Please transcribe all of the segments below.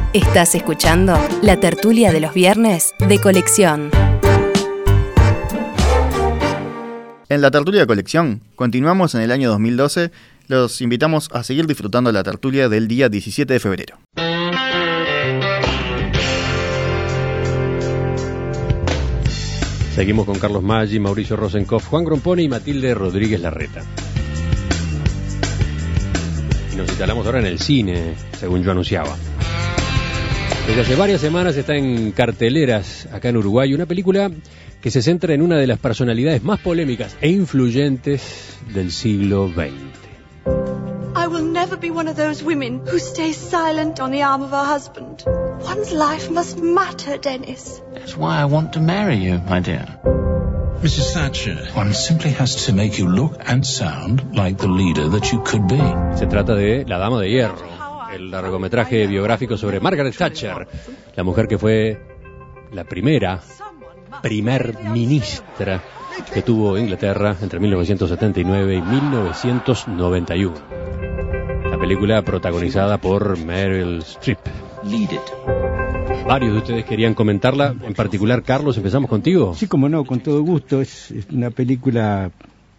Estás escuchando la tertulia de los viernes de Colección. En la tertulia de Colección, continuamos en el año 2012. Los invitamos a seguir disfrutando la tertulia del día 17 de febrero. Seguimos con Carlos Maggi, Mauricio Rosenkopf, Juan Grompone y Matilde Rodríguez Larreta. Y nos instalamos ahora en el cine, según yo anunciaba. Desde hace varias semanas está en carteleras acá en Uruguay una película que se centra en una de las personalidades más polémicas e influyentes del siglo XX. I will never be one of those women who stays silent on the arm of her husband. One's life must matter, Dennis. That's why I want to marry you, my dear. Mrs. Thatcher, one simply has to make you look and sound like the leader that you could be. Se trata de La Dama de Hierro, el largometraje biográfico sobre Margaret Thatcher, la mujer que fue la primer ministra que tuvo Inglaterra entre 1979 y 1991. La película protagonizada por Meryl Streep. Lead it. Varios de ustedes querían comentarla, en particular Carlos, empezamos contigo. Sí, como no, con todo gusto. Es una película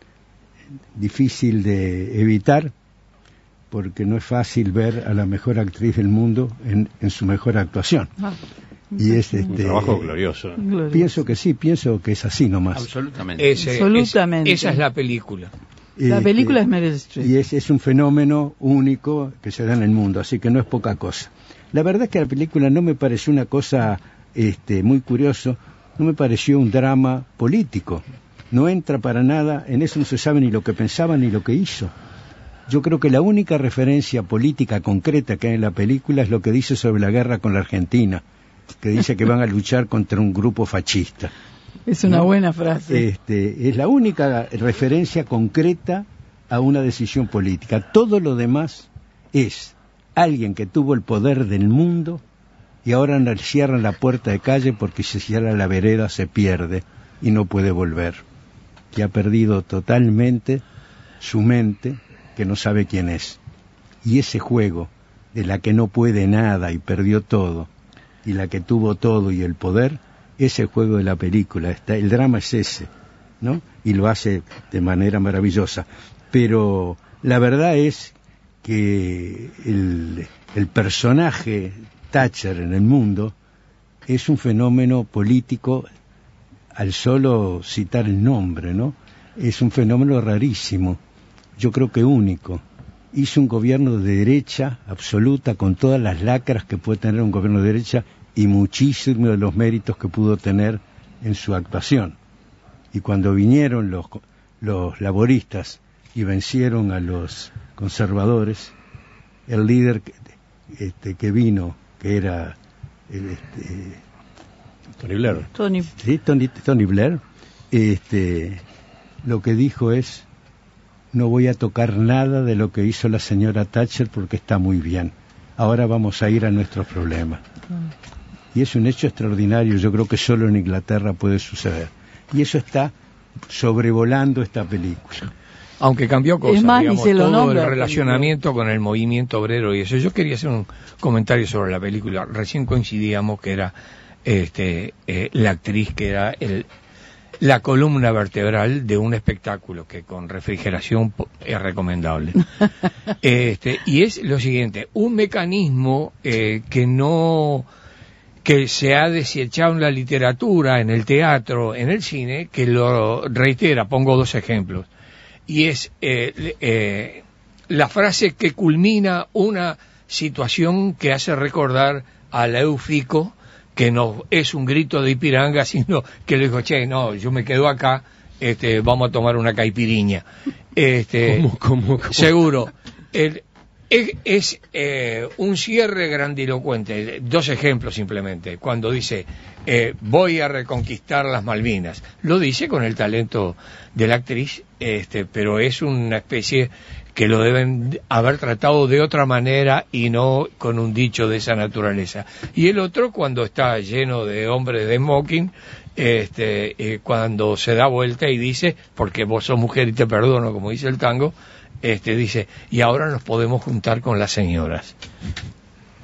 difícil de evitar, porque no es fácil ver a la mejor actriz del mundo en su mejor actuación. Y es un trabajo glorioso. Pienso que sí, pienso que es así nomás. Absolutamente. Absolutamente. Esa es la película. La película es Meryl Streep. Y es un fenómeno único que se da en el mundo, así que no es poca cosa. La verdad es que la película no me pareció una cosa muy curiosa, no me pareció un drama político. No entra para nada, en eso no se sabe ni lo que pensaba ni lo que hizo. Yo creo que la única referencia política concreta que hay en la película es lo que dice sobre la guerra con la Argentina, que dice que van a luchar contra un grupo fascista. Es una buena frase. Es la única referencia concreta a una decisión política. Todo lo demás es alguien que tuvo el poder del mundo y ahora le cierran la puerta de calle porque si cierra la vereda se pierde y no puede volver. Que ha perdido totalmente su mente, que no sabe quién es. Y ese juego de la que no puede nada y perdió todo, y la que tuvo todo y el poder, ese juego de la película, el drama es ese, ¿no? Y lo hace de manera maravillosa. Pero la verdad es que el personaje Thatcher en el mundo es un fenómeno político al solo citar el nombre, ¿no? Es un fenómeno rarísimo, yo creo que único. Hizo un gobierno de derecha absoluta, con todas las lacras que puede tener un gobierno de derecha y muchísimos de los méritos que pudo tener en su actuación. Y cuando vinieron los laboristas y vencieron a los conservadores, el líder que vino, que era Tony Blair. Tony Blair, lo que dijo es: no voy a tocar nada de lo que hizo la señora Thatcher porque está muy bien. Ahora vamos a ir a nuestros problemas. Y es un hecho extraordinario, yo creo que solo en Inglaterra puede suceder. Y eso está sobrevolando esta película. Aunque cambió cosas, es más, digamos, se lo todo nombra, el relacionamiento con el movimiento obrero y eso. Yo quería hacer un comentario sobre la película. Recién coincidíamos que era la actriz que era la columna vertebral de un espectáculo que con refrigeración es recomendable. Y es lo siguiente, un mecanismo que se ha desechado en la literatura, en el teatro, en el cine, que lo reitera. Pongo dos ejemplos. Y es la frase que culmina una situación que hace recordar a la Eufrico, que no es un grito de Ipiranga, sino que le dijo: che, no, yo me quedo acá, vamos a tomar una caipiriña. ¿Cómo? Seguro. Es un cierre grandilocuente. Dos ejemplos simplemente. Cuando dice voy a reconquistar las Malvinas, lo dice con el talento de la actriz, pero es una especie que lo deben haber tratado de otra manera y no con un dicho de esa naturaleza. Y el otro, cuando está lleno de hombres de smoking, cuando se da vuelta y dice: porque vos sos mujer y te perdono, como dice el tango, dice: y ahora nos podemos juntar con las señoras.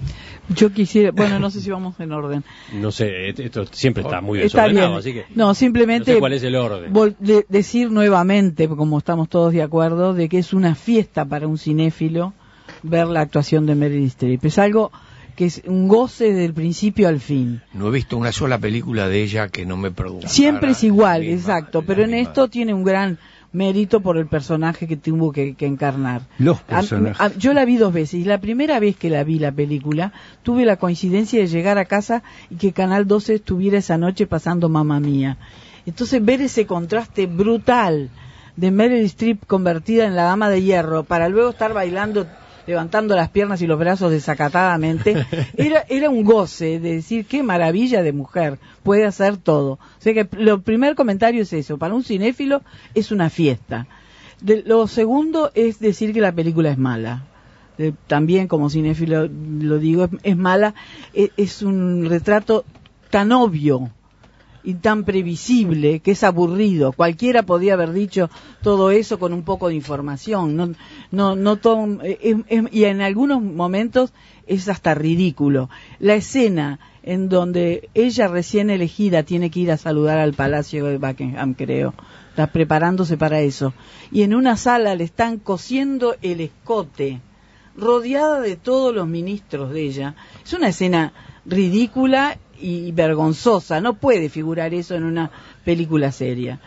Yo quisiera, bueno, no sé si vamos en orden. No sé, esto siempre está muy Está desordenado, bien. así que No, simplemente no sé cuál es el orden. Decir nuevamente, como estamos todos de acuerdo, de que es una fiesta para un cinéfilo ver la actuación de Meryl Streep. Es algo que es un goce del principio al fin. No he visto una sola película de ella que no me produzca. Siempre es igual, exacto, pero en esto tiene un gran mérito por el personaje que tuvo que encarnar. Los personajes. Yo la vi 2 veces, y la primera vez que la vi la película, tuve la coincidencia de llegar a casa y que Canal 12 estuviera esa noche pasando Mamma Mía. Entonces ver ese contraste brutal de Meryl Streep convertida en la dama de hierro, para luego estar bailando, levantando las piernas y los brazos desacatadamente, era un goce de decir qué maravilla de mujer, puede hacer todo. O sea que lo primer comentario es eso, para un cinéfilo es una fiesta. Lo segundo es decir que la película es mala. También como cinéfilo lo digo, es mala, es un retrato tan obvio y tan previsible que es aburrido. Cualquiera podía haber dicho todo eso con un poco de información. No todo, y en algunos momentos es hasta ridículo. La escena en donde ella recién elegida tiene que ir a saludar al Palacio de Buckingham, creo, está preparándose para eso, y en una sala le están cosiendo el escote, rodeada de todos los ministros de ella. Es una escena ridícula y vergonzosa, no puede figurar eso en una película seria.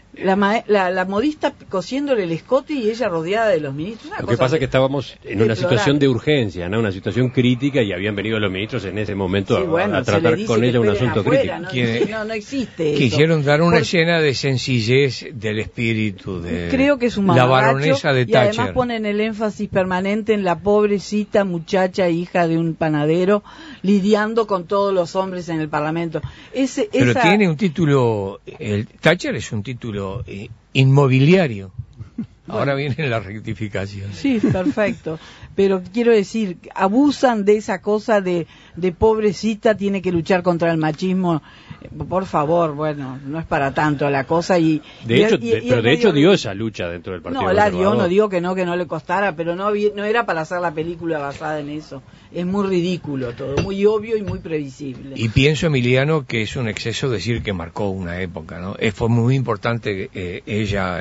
La modista cosiéndole el escote y ella rodeada de los ministros. Lo que pasa es que estábamos en una situación de urgencia, ¿no? Una situación crítica, y habían venido los ministros en ese momento a tratar con ella un asunto crítico. No existe eso. Quisieron dar una escena de sencillez del espíritu de creo que es un la baronesa de y Thatcher. Además ponen el énfasis permanente en la pobrecita muchacha hija de un panadero lidiando con todos los hombres en el Parlamento. Pero tiene un título, Thatcher es un título inmobiliario. Ahora viene la rectificación. Sí, perfecto. Pero quiero decir, abusan de esa cosa de pobrecita, tiene que luchar contra el machismo. Por favor, bueno, no es para tanto la cosa. Pero de hecho dio esa lucha dentro del Partido Conservador. No la dio, no digo que no le costara, pero no era para hacer la película basada en eso. Es muy ridículo todo, muy obvio y muy previsible. Y pienso, Emiliano, que es un exceso decir que marcó una época, ¿no? Fue muy importante ella,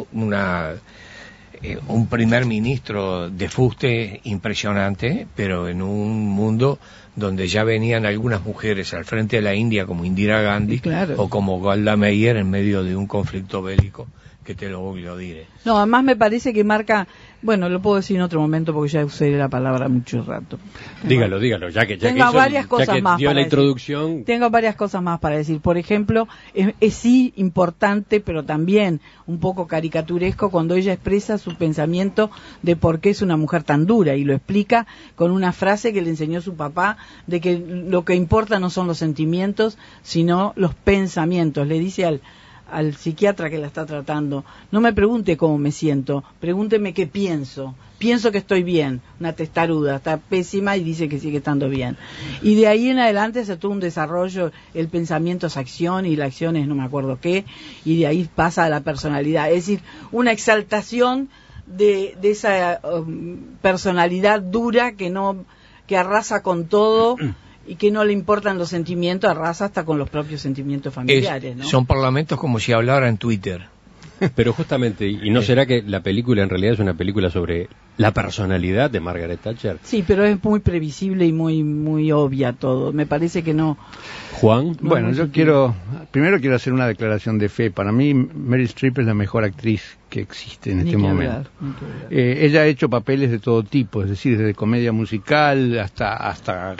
un primer ministro de fuste impresionante, pero en un mundo donde ya venían algunas mujeres al frente de la India, como Indira Gandhi, claro, o como Golda Meir en medio de un conflicto bélico, que te lo diré. No, además me parece que marca, bueno, lo puedo decir en otro momento porque ya usé la palabra mucho rato. Dígalo, ya que dio la introducción. Tengo varias cosas más para decir. Por ejemplo, es sí importante, pero también un poco caricaturesco cuando ella expresa su pensamiento de por qué es una mujer tan dura, y lo explica con una frase que le enseñó su papá, de que lo que importa no son los sentimientos, sino los pensamientos. Le dice al psiquiatra que la está tratando, no me pregunte cómo me siento, pregúnteme qué pienso que estoy bien. Una testaruda, está pésima y dice que sigue estando bien. Y de ahí en adelante se tuvo un desarrollo, el pensamiento es acción y la acción es no me acuerdo qué, y de ahí pasa a la personalidad, es decir, una exaltación de esa personalidad dura que arrasa con todo y que no le importan los sentimientos, arrasa hasta con los propios sentimientos familiares, ¿no? Son parlamentos como si hablara en Twitter. Pero justamente, ¿y no será que la película en realidad es una película sobre la personalidad de Margaret Thatcher? Sí, pero es muy previsible y muy obvia todo. Me parece que no. Juan. Bueno, yo primero quiero hacer una declaración de fe. Para mí, Meryl Streep es la mejor actriz que existe en este momento. Ella ha hecho papeles de todo tipo, es decir, desde comedia musical hasta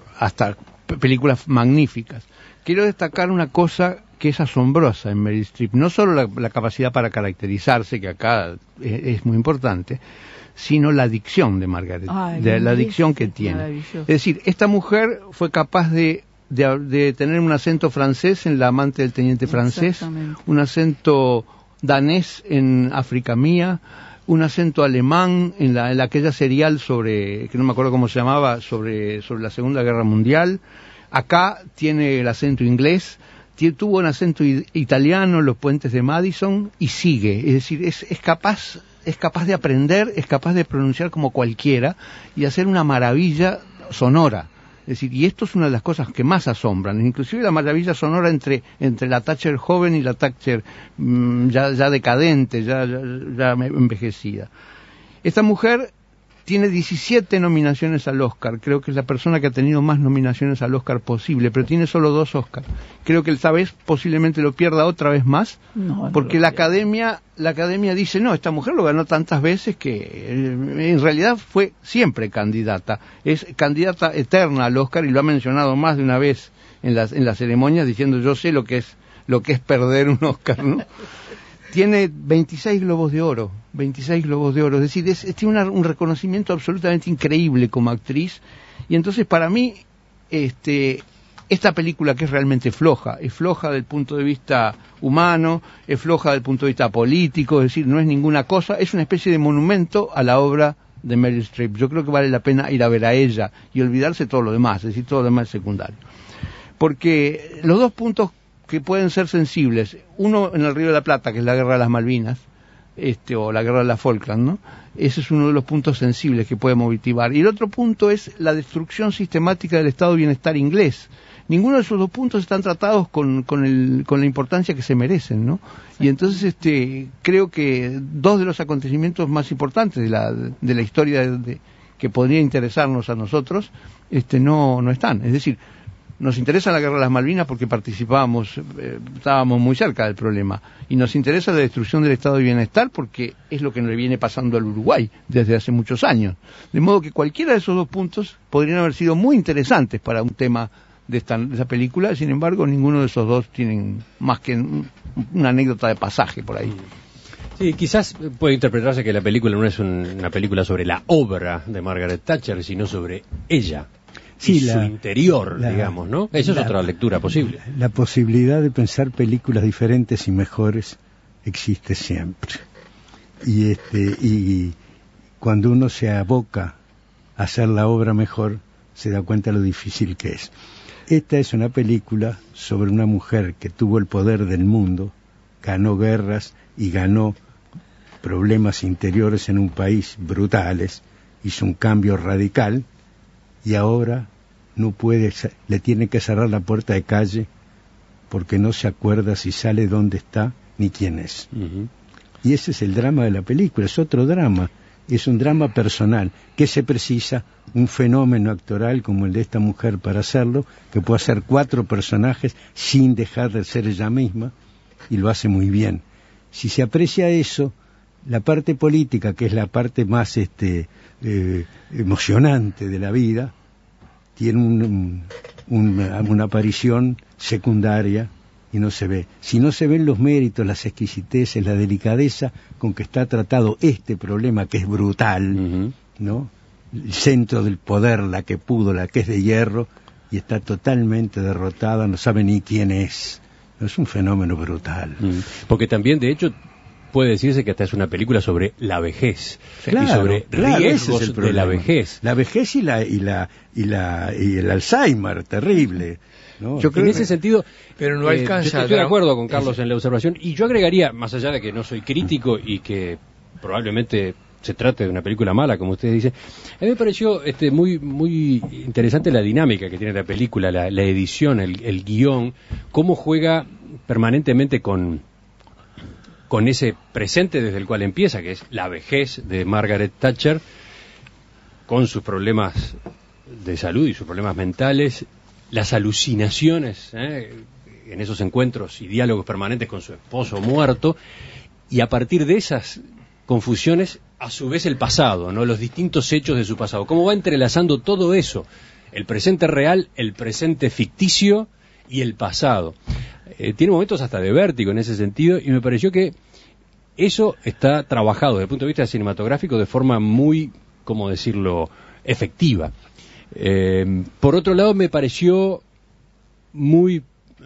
películas magníficas. Quiero destacar una cosa que es asombrosa en Meryl Streep, no solo la capacidad para caracterizarse, que acá es muy importante, sino la dicción de Margaret, la dicción que tiene. Es decir, esta mujer fue capaz de tener un acento francés en La amante del teniente francés, un acento danés en África Mía, un acento alemán en aquella serial que no me acuerdo cómo se llamaba, sobre la Segunda Guerra Mundial. Acá tiene el acento inglés, tuvo un acento italiano en Los puentes de Madison y sigue, es decir, es capaz de aprender, es capaz de pronunciar como cualquiera y hacer una maravilla sonora. decir, y esto es una de las cosas que más asombran, inclusive la maravilla sonora entre la Thatcher joven y la Thatcher ya decadente, ya envejecida. Esta mujer tiene 17 nominaciones al Oscar, creo que es la persona que ha tenido más nominaciones al Oscar posible, pero tiene solo 2 Oscars. Creo que esta vez posiblemente lo pierda otra vez más, porque la academia dice, no, esta mujer lo ganó tantas veces que en realidad fue siempre candidata, es candidata eterna al Oscar y lo ha mencionado más de una vez en la ceremonia diciendo, yo sé lo que es perder un Oscar, ¿no? Tiene 26 Globos de Oro, es decir, tiene un reconocimiento absolutamente increíble como actriz, y entonces para mí, esta película que es realmente floja, es floja del punto de vista humano, es floja del punto de vista político, es decir, no es ninguna cosa, es una especie de monumento a la obra de Meryl Streep. Yo creo que vale la pena ir a ver a ella y olvidarse todo lo demás, es decir, todo lo demás es secundario. Porque los 2 puntos que pueden ser sensibles, uno en el Río de la Plata, que es la guerra de las Malvinas, o la guerra de las Falkland, ¿no? Ese es uno de los puntos sensibles que puede motivar. Y el otro punto es la destrucción sistemática del estado de bienestar inglés. Ninguno de esos 2 puntos están tratados con la importancia que se merecen, ¿no? Y entonces creo que 2 de los acontecimientos más importantes de la historia que podría interesarnos a nosotros, no están. Es decir, nos interesa la guerra de las Malvinas porque estábamos muy cerca del problema, y nos interesa la destrucción del estado de bienestar porque es lo que le viene pasando al Uruguay desde hace muchos años. De modo que cualquiera de esos 2 puntos podrían haber sido muy interesantes para un tema de esa película, sin embargo ninguno de esos 2 tienen más que una anécdota de pasaje por ahí. Sí, quizás puede interpretarse que la película no es una película sobre la obra de Margaret Thatcher, sino sobre ella. Sí, su interior, digamos, ¿no? Esa es otra lectura posible. La posibilidad de pensar películas diferentes y mejores existe siempre. Y cuando uno se aboca a hacer la obra mejor, se da cuenta lo difícil que es. Esta es una película sobre una mujer que tuvo el poder del mundo, ganó guerras y ganó problemas interiores en un país brutales, hizo un cambio radical, y ahora le tiene que cerrar la puerta de calle porque no se acuerda si sale, dónde está, ni quién es. Y ese es el drama de la película, es otro drama, es un drama personal, que se precisa un fenómeno actoral como el de esta mujer para hacerlo, que puede hacer 4 personajes sin dejar de ser ella misma, y lo hace muy bien. Si se aprecia eso, la parte política, que es la parte más emocionante de la vida, tiene una aparición secundaria y no se ve. Si no se ven los méritos, las exquisiteces, la delicadeza con que está tratado este problema que es brutal, ¿no? El centro del poder, la que pudo, la que es de hierro, y está totalmente derrotada, no sabe ni quién es. No, es un fenómeno brutal. Porque también, de hecho, puede decirse que esta es una película sobre la vejez, y sobre riesgos de la vejez. La vejez y el Alzheimer, terrible. ¿No? Yo creo en ese sentido, pero no alcanza. Estoy de acuerdo con Carlos en la observación, y yo agregaría, más allá de que no soy crítico y que probablemente se trate de una película mala, como ustedes dicen, a mí me pareció muy interesante la dinámica que tiene la película, la edición, el guión, cómo juega permanentemente con ese presente desde el cual empieza, que es la vejez de Margaret Thatcher, con sus problemas de salud y sus problemas mentales, las alucinaciones en esos encuentros y diálogos permanentes con su esposo muerto, y a partir de esas confusiones, a su vez el pasado, ¿no? Los distintos hechos de su pasado. ¿Cómo va entrelazando todo eso? El presente real, el presente ficticio y el pasado. Tiene momentos hasta de vértigo en ese sentido, y me pareció que eso está trabajado desde el punto de vista cinematográfico de forma muy, ¿cómo decirlo?, efectiva. Por otro lado, me pareció muy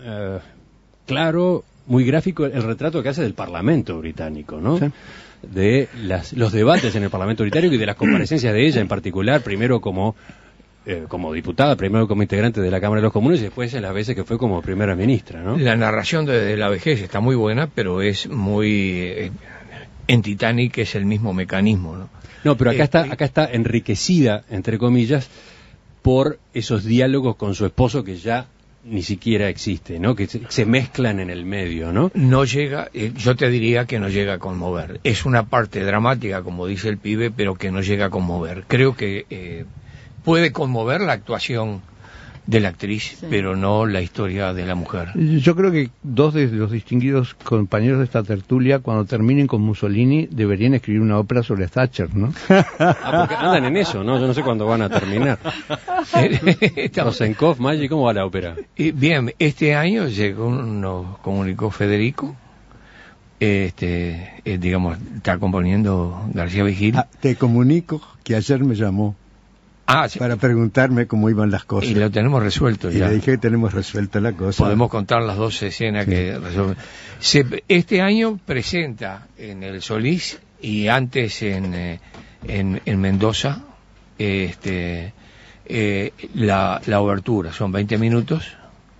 claro, muy gráfico el retrato que hace del Parlamento británico, ¿no? Sí. De los debates en el Parlamento británico y de las comparecencias de ella en particular, primero como diputada, primero como integrante de la Cámara de los Comunes y después en las veces que fue como primera ministra, ¿no? La narración de la vejez está muy buena, pero es muy en Titanic es el mismo mecanismo, ¿no? No, pero acá está enriquecida, entre comillas, por esos diálogos con su esposo que ya ni siquiera existe, ¿no? Que se mezclan en el medio, ¿no? No llega, yo te diría que no llega a conmover. Es una parte dramática, como dice el pibe, pero que no llega a conmover. Creo que puede conmover la actuación de la actriz, sí, pero no la historia de la mujer. Yo creo que dos de los distinguidos compañeros de esta tertulia, cuando terminen con Mussolini, deberían escribir una ópera sobre Thatcher, ¿no? Porque andan en eso, ¿no? Yo no sé cuándo van a terminar. Rosenkopf, Maggi, ¿cómo va la ópera? Bien, este año nos comunicó Federico, digamos, está componiendo García Vigil. Te comunico que ayer me llamó. Sí, para preguntarme cómo iban las cosas. Y lo tenemos resuelto ya. Y le dije que tenemos resuelta la cosa. Podemos contar las 12 escenas, sí, que resuelven. Este año presenta en el Solís y antes en Mendoza la obertura. Son 20 minutos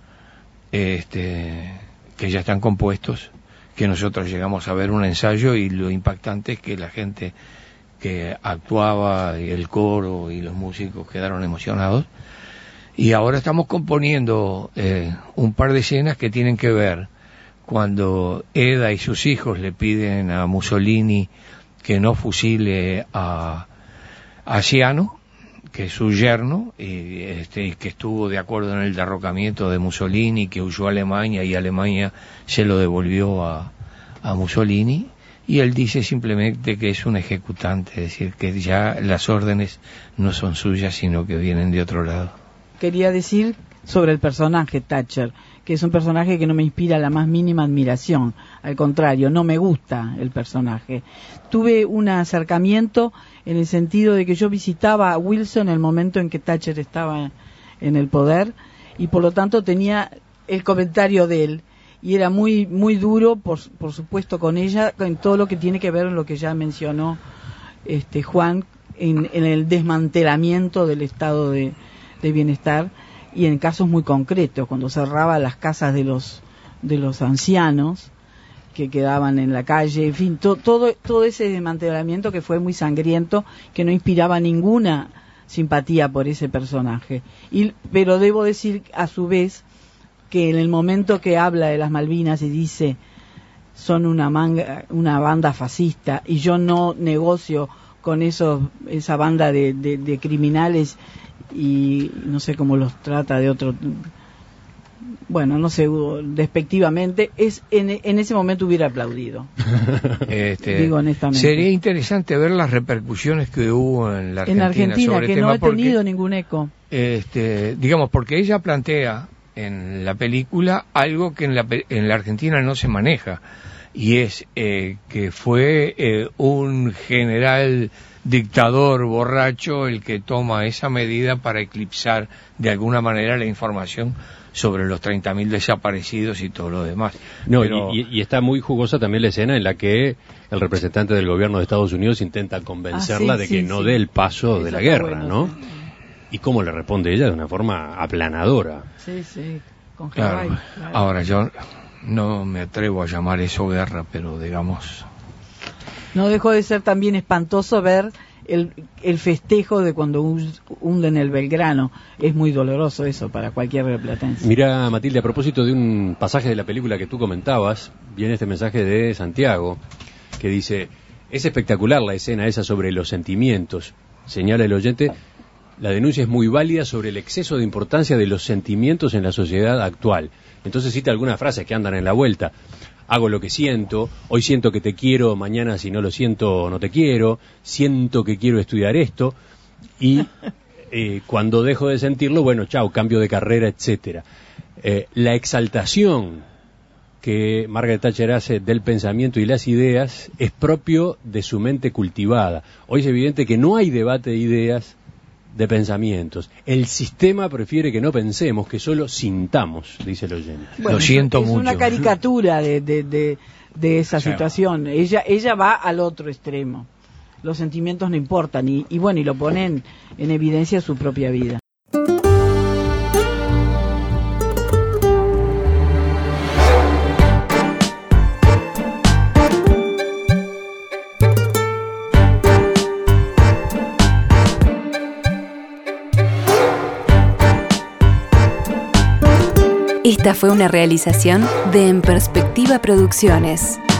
que ya están compuestos, que nosotros llegamos a ver un ensayo y lo impactante es que la gente que actuaba, y el coro y los músicos quedaron emocionados, y ahora estamos componiendo un par de escenas que tienen que ver cuando Eda y sus hijos le piden a Mussolini que no fusile a Ciano, que es su yerno, y que estuvo de acuerdo en el derrocamiento de Mussolini, que huyó a Alemania y Alemania se lo devolvió a Mussolini. Y él dice simplemente que es un ejecutante, es decir, que ya las órdenes no son suyas, sino que vienen de otro lado. Quería decir sobre el personaje Thatcher, que es un personaje que no me inspira la más mínima admiración, al contrario, no me gusta el personaje. Tuve un acercamiento en el sentido de que yo visitaba a Wilson en el momento en que Thatcher estaba en el poder, y por lo tanto tenía el comentario de él. Y era muy muy duro, por supuesto, con ella, en todo lo que tiene que ver con lo que ya mencionó Juan, en el desmantelamiento del estado de bienestar, y en casos muy concretos, cuando cerraba las casas de los ancianos que quedaban en la calle, en fin, todo ese desmantelamiento que fue muy sangriento, que no inspiraba ninguna simpatía por ese personaje. Pero debo decir, a su vez, que en el momento que habla de las Malvinas y dice son una banda fascista y yo no negocio con esa banda de criminales, y no sé cómo los trata de otro, bueno, no sé, despectivamente, en ese momento hubiera aplaudido. Digo honestamente. Sería interesante ver las repercusiones que hubo en la Argentina. En Argentina, sobre que el no tema, ha tenido ningún eco. Digamos, porque ella plantea en la película algo que en la Argentina no se maneja, y es que fue un general dictador borracho el que toma esa medida para eclipsar de alguna manera la información sobre los 30.000 desaparecidos y todo lo demás. No, pero... y está muy jugosa también la escena en la que el representante del gobierno de Estados Unidos intenta convencerla de que no dé el paso de la guerra, ¿no? Sí. Y cómo le responde ella de una forma aplanadora. Sí, con claro. Ahora, yo no me atrevo a llamar eso guerra, pero digamos... No dejó de ser también espantoso ver el festejo de cuando hunden el Belgrano. Es muy doloroso eso para cualquier rioplatense. Mira, Matilde, a propósito de un pasaje de la película que tú comentabas, viene este mensaje de Santiago, que dice: es espectacular la escena esa sobre los sentimientos, señala el oyente. La denuncia es muy válida sobre el exceso de importancia de los sentimientos en la sociedad actual. Entonces cita algunas frases que andan en la vuelta. Hago lo que siento, hoy siento que te quiero, mañana si no lo siento no te quiero, siento que quiero estudiar esto, y cuando dejo de sentirlo, bueno, chao, cambio de carrera, etcétera. La exaltación que Margaret Thatcher hace del pensamiento y las ideas es propio de su mente cultivada. Hoy es evidente que no hay debate de ideas, de pensamientos. El sistema prefiere que no pensemos, que solo sintamos, dice el oyente. Bueno, lo siento mucho. Es una caricatura de esa situación. Ella va al otro extremo. Los sentimientos no importan, y bueno, y lo ponen en evidencia su propia vida. Esta fue una realización de En Perspectiva Producciones.